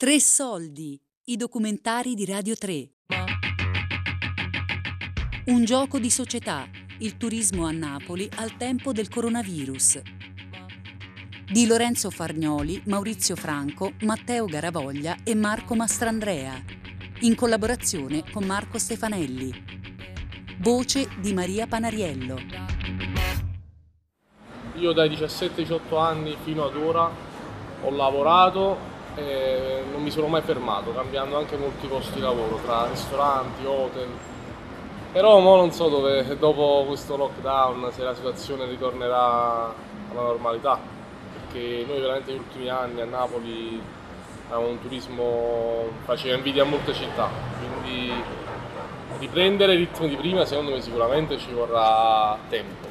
Tre soldi, i documentari di Radio 3. Un gioco di società, il turismo a Napoli al tempo del coronavirus. Di Lorenzo Fargnoli, Maurizio Franco, Matteo Garavoglia e Marco Mastrandrea, in collaborazione con Marco Stefanelli. Voce di Maria Panariello. Io dai 17-18 anni fino ad ora ho lavorato e non mi sono mai fermato, cambiando anche molti posti di lavoro, tra ristoranti, hotel. Però mo non so dove, dopo questo lockdown, se la situazione ritornerà alla normalità, perché noi veramente negli ultimi anni a Napoli avevamo un turismo che faceva invidia a molte città, quindi riprendere il ritmo di prima secondo me sicuramente ci vorrà tempo.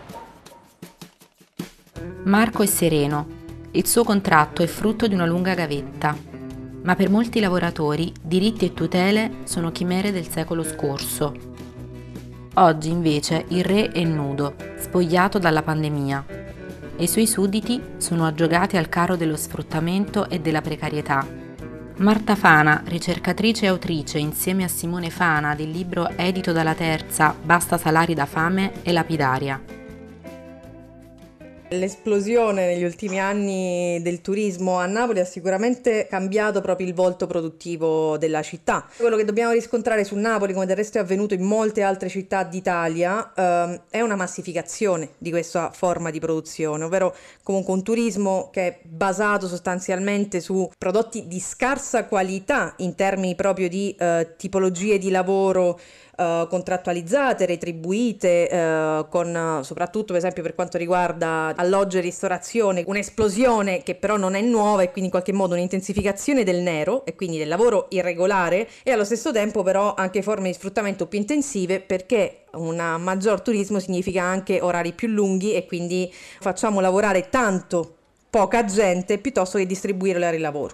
Marco è sereno. Il suo contratto è frutto di una lunga gavetta, ma per molti lavoratori diritti e tutele sono chimere del secolo scorso. Oggi invece il re è nudo, spogliato dalla pandemia, e i suoi sudditi sono aggiogati al carro dello sfruttamento e della precarietà. Marta Fana, ricercatrice e autrice insieme a Simone Fana del libro edito dalla Terza Basta salari da fame, è lapidaria. L'esplosione negli ultimi anni del turismo a Napoli ha sicuramente cambiato proprio il volto produttivo della città. Quello che dobbiamo riscontrare su Napoli, come del resto è avvenuto in molte altre città d'Italia, è una massificazione di questa forma di produzione, ovvero comunque un turismo che è basato sostanzialmente su prodotti di scarsa qualità in termini proprio di tipologie di lavoro contrattualizzate, retribuite, con soprattutto per esempio per quanto riguarda alloggio e ristorazione, un'esplosione che però non è nuova e quindi in qualche modo un'intensificazione del nero e quindi del lavoro irregolare, e allo stesso tempo però anche forme di sfruttamento più intensive, perché un maggior turismo significa anche orari più lunghi e quindi facciamo lavorare tanto poca gente piuttosto che distribuire l'ora di lavoro.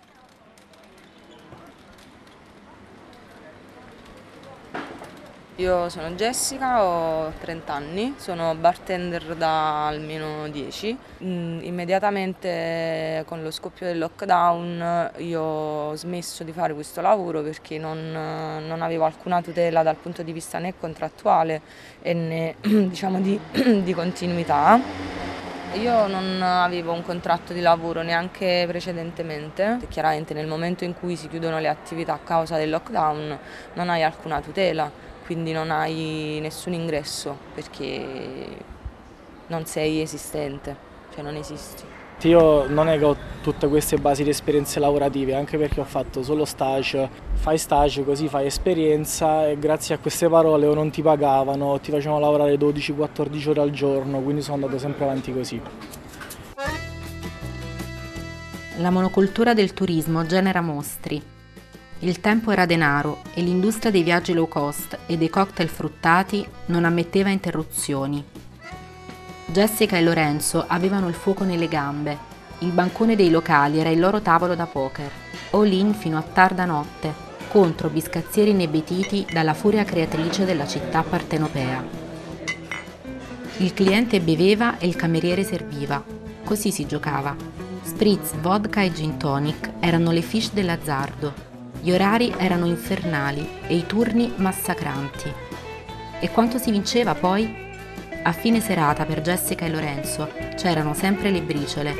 Io sono Jessica, ho 30 anni, sono bartender da almeno 10. Immediatamente con lo scoppio del lockdown io ho smesso di fare questo lavoro perché non avevo alcuna tutela dal punto di vista né contrattuale né diciamo di continuità. Io non avevo un contratto di lavoro neanche precedentemente. Chiaramente nel momento in cui si chiudono le attività a causa del lockdown non hai alcuna tutela, quindi non hai nessun ingresso perché non sei esistente, cioè non esisti. Io non è che ho tutte queste basi di esperienze lavorative, anche perché ho fatto solo stage. Fai stage così fai esperienza e grazie a queste parole o non ti pagavano, ti facevano lavorare 12-14 ore al giorno, quindi sono andato sempre avanti così. La monocultura del turismo genera mostri. Il tempo era denaro e l'industria dei viaggi low cost e dei cocktail fruttati non ammetteva interruzioni. Jessica e Lorenzo avevano il fuoco nelle gambe. Il bancone dei locali era il loro tavolo da poker. All in fino a tarda notte, contro biscazzieri inebetiti dalla furia creatrice della città partenopea. Il cliente beveva e il cameriere serviva. Così si giocava. Spritz, vodka e gin tonic erano le fiche dell'azzardo. Gli orari erano infernali e i turni massacranti. E quanto si vinceva poi? A fine serata per Jessica e Lorenzo c'erano sempre le briciole.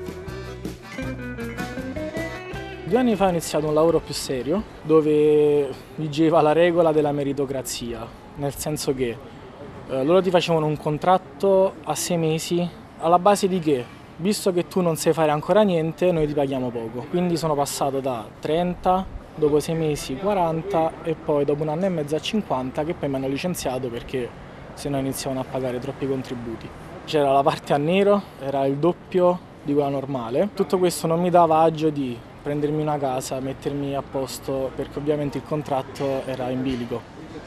2 anni fa ho iniziato un lavoro più serio, dove vigeva la regola della meritocrazia, nel senso che loro ti facevano un contratto a 6 mesi, alla base di che, visto che tu non sai fare ancora niente, noi ti paghiamo poco. Quindi sono passato da 30, dopo 6 mesi 40 e poi dopo 1 anno e mezzo a 50, che poi mi hanno licenziato perché se no iniziavano a pagare troppi contributi. C'era la parte a nero, era il doppio di quella normale. Tutto questo non mi dava agio di prendermi una casa, mettermi a posto, perché ovviamente il contratto era in bilico.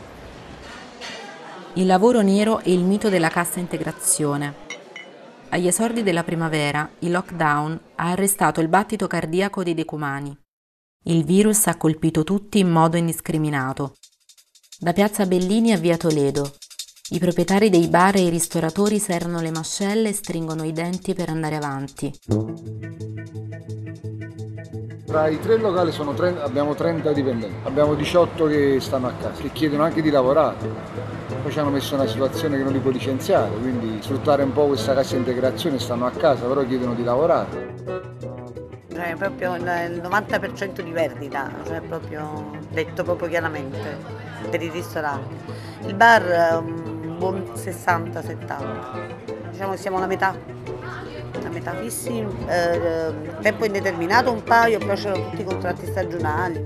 Il lavoro nero è il mito della cassa integrazione. Agli esordi della primavera, il lockdown ha arrestato il battito cardiaco dei decumani. Il virus ha colpito tutti in modo indiscriminato. Da Piazza Bellini a Via Toledo, i proprietari dei bar e i ristoratori serrano le mascelle e stringono i denti per andare avanti. Tra i 3 locali abbiamo 30 dipendenti, abbiamo 18 che stanno a casa, che chiedono anche di lavorare. Poi ci hanno messo in una situazione che non li può licenziare, quindi sfruttare un po' questa cassa integrazione, stanno a casa, però chiedono di lavorare. Cioè proprio il 90% di perdita, cioè proprio detto proprio chiaramente, per i ristoranti. Il bar un buon 60-70, diciamo che siamo la metà fissi, tempo indeterminato un paio, poi c'erano tutti i contratti stagionali.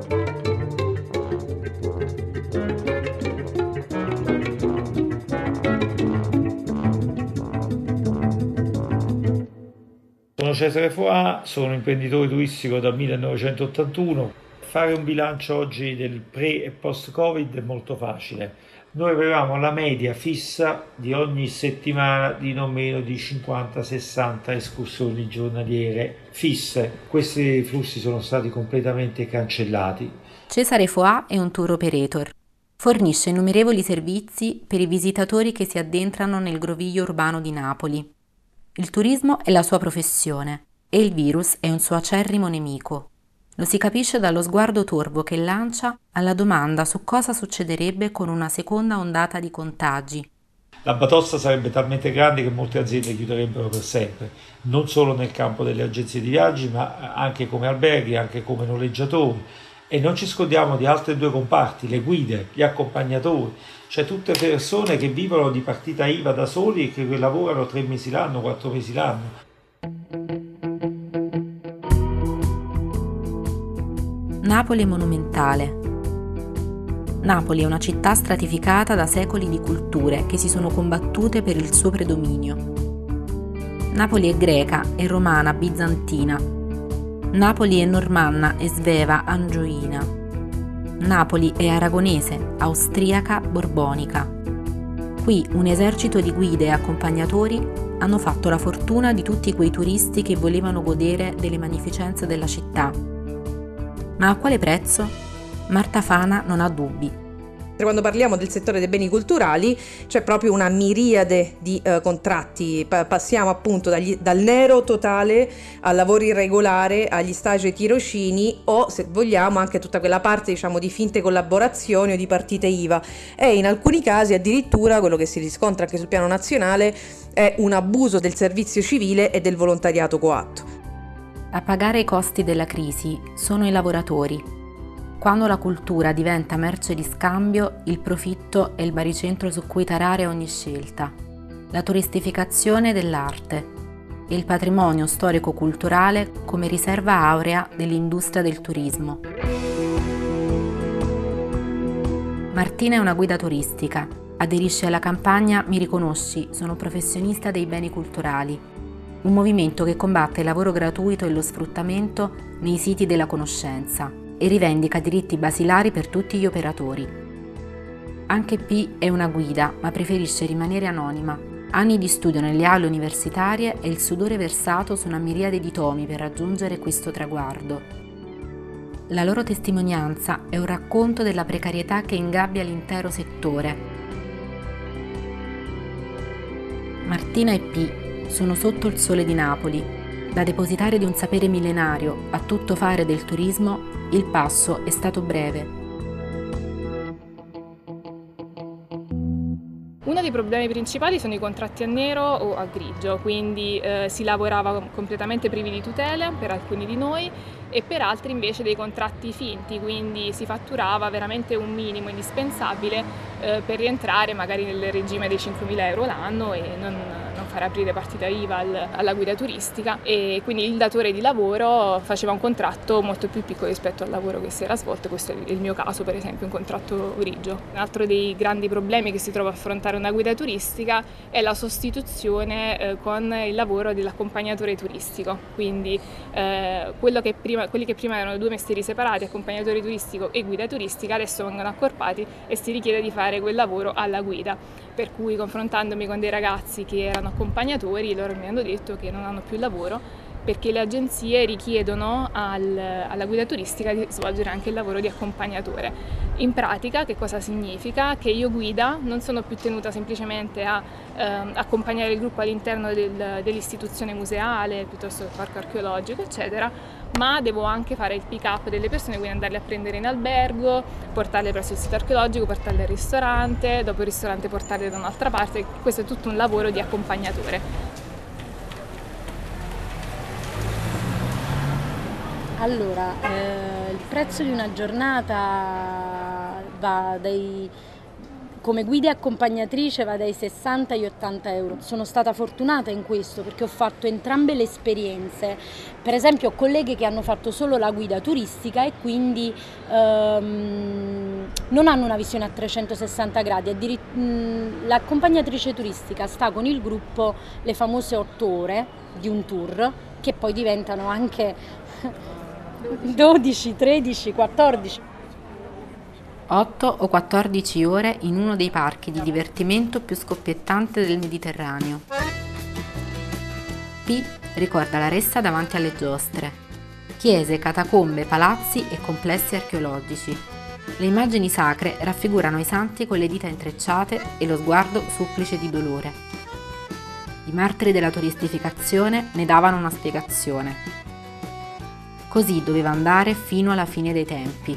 Sono Cesare Foà, sono imprenditore turistico dal 1981. Fare un bilancio oggi del pre e post Covid è molto facile. Noi avevamo la media fissa di ogni settimana di non meno di 50-60 escursioni giornaliere fisse. Questi flussi sono stati completamente cancellati. Cesare Foà è un tour operator. Fornisce innumerevoli servizi per i visitatori che si addentrano nel groviglio urbano di Napoli. Il turismo è la sua professione e il virus è un suo acerrimo nemico. Lo si capisce dallo sguardo torvo che lancia alla domanda su cosa succederebbe con una seconda ondata di contagi. La batosta sarebbe talmente grande che molte aziende chiuderebbero per sempre, non solo nel campo delle agenzie di viaggi, ma anche come alberghi, anche come noleggiatori. E non ci scordiamo di altri 2 comparti, le guide, gli accompagnatori, cioè tutte persone che vivono di partita IVA da soli e che lavorano 3 mesi l'anno, 4 mesi l'anno. Napoli è monumentale. Napoli è una città stratificata da secoli di culture che si sono combattute per il suo predominio. Napoli è greca, è romana, bizantina. Napoli è normanna, è sveva, angioina. Napoli è aragonese, austriaca, borbonica. Qui un esercito di guide e accompagnatori hanno fatto la fortuna di tutti quei turisti che volevano godere delle magnificenze della città. Ma a quale prezzo? Marta Fana non ha dubbi. Quando parliamo del settore dei beni culturali c'è proprio una miriade di contratti, passiamo appunto dal nero totale al lavoro irregolare, agli stage ai tirocini o, se vogliamo, anche tutta quella parte diciamo di finte collaborazioni o di partite IVA, e in alcuni casi addirittura quello che si riscontra anche sul piano nazionale è un abuso del servizio civile e del volontariato coatto. A pagare i costi della crisi sono i lavoratori. Quando la cultura diventa merce di scambio, il profitto è il baricentro su cui tarare ogni scelta. La turistificazione dell'arte e il patrimonio storico-culturale come riserva aurea dell'industria del turismo. Martina è una guida turistica. Aderisce alla campagna Mi riconosci, sono professionista dei beni culturali. Un movimento che combatte il lavoro gratuito e lo sfruttamento nei siti della conoscenza e rivendica diritti basilari per tutti gli operatori. Anche P è una guida, ma preferisce rimanere anonima. Anni di studio nelle aule universitarie e il sudore versato su una miriade di tomi per raggiungere questo traguardo. La loro testimonianza è un racconto della precarietà che ingabbia l'intero settore. Martina e P sono sotto il sole di Napoli. Da depositare di un sapere millenario a tuttofare del turismo, il passo è stato breve. Uno dei problemi principali sono i contratti a nero o a grigio, quindi si lavorava completamente privi di tutele per alcuni di noi e per altri invece dei contratti finti, quindi si fatturava veramente un minimo indispensabile per rientrare magari nel regime dei 5.000 euro l'anno e non far aprire partita IVA alla guida turistica, e quindi il datore di lavoro faceva un contratto molto più piccolo rispetto al lavoro che si era svolto. Questo è il mio caso, per esempio, un contratto grigio. Un altro dei grandi problemi che si trova a affrontare una guida turistica è la sostituzione con il lavoro dell'accompagnatore turistico, quindi quelli che prima erano 2 mestieri separati, accompagnatore turistico e guida turistica, adesso vengono accorpati e si richiede di fare quel lavoro alla guida, per cui confrontandomi con dei ragazzi che erano accompagnatori, loro mi hanno detto che non hanno più lavoro perché le agenzie richiedono alla guida turistica di svolgere anche il lavoro di accompagnatore. In pratica che cosa significa? Che io guida non sono più tenuta semplicemente a accompagnare il gruppo all'interno dell'istituzione museale, piuttosto che il parco archeologico, eccetera, ma devo anche fare il pick up delle persone, quindi andarle a prendere in albergo, portarle presso il sito archeologico, portarle al ristorante, dopo il ristorante portarle da un'altra parte. Questo è tutto un lavoro di accompagnatore. Allora, il prezzo di una giornata va come guida e accompagnatrice va dai 60 agli 80 euro. Sono stata fortunata in questo perché ho fatto entrambe le esperienze. Per esempio ho colleghe che hanno fatto solo la guida turistica e quindi non hanno una visione a 360 gradi. L'accompagnatrice turistica sta con il gruppo le famose 8 ore di un tour, che poi diventano anche 12, 13, 14. 8 o 14 ore in uno dei parchi di divertimento più scoppiettante del Mediterraneo. P ricorda la ressa davanti alle giostre. Chiese, catacombe, palazzi e complessi archeologici. Le immagini sacre raffigurano i santi con le dita intrecciate e lo sguardo supplice di dolore. I martiri della turistificazione ne davano una spiegazione. Così doveva andare fino alla fine dei tempi.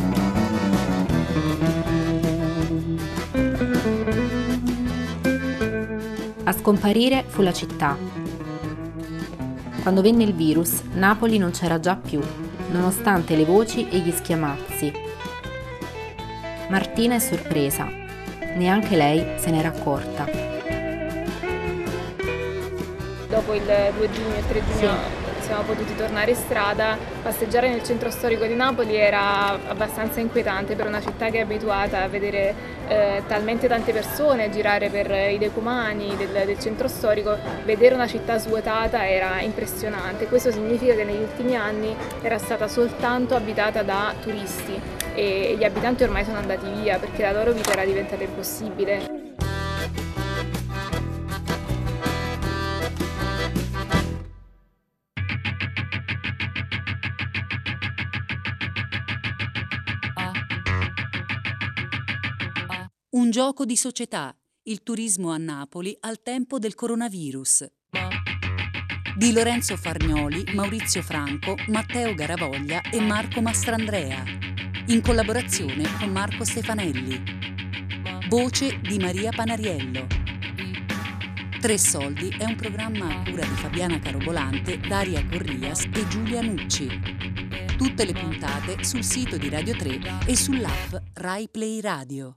A scomparire fu la città. Quando venne il virus, Napoli non c'era già più, nonostante le voci e gli schiamazzi. Martina è sorpresa, neanche lei se n'era accorta. Dopo il 2 giugno e il 3 giugno siamo potuti tornare in strada. Passeggiare nel centro storico di Napoli era abbastanza inquietante per una città che è abituata a vedere talmente tante persone, girare per i decumani del centro storico. Vedere una città svuotata era impressionante. Questo significa che negli ultimi anni era stata soltanto abitata da turisti e gli abitanti ormai sono andati via perché la loro vita era diventata impossibile. Un gioco di società, il turismo a Napoli al tempo del coronavirus. Di Lorenzo Fargnoli, Maurizio Franco, Matteo Garavoglia e Marco Mastrandrea, in collaborazione con Marco Stefanelli. Voce di Maria Panariello. Tre Soldi è un programma a cura di Fabiana Carobolante, Daria Corrias e Giulia Nucci. Tutte le puntate sul sito di Radio 3 e sull'app Rai Play Radio.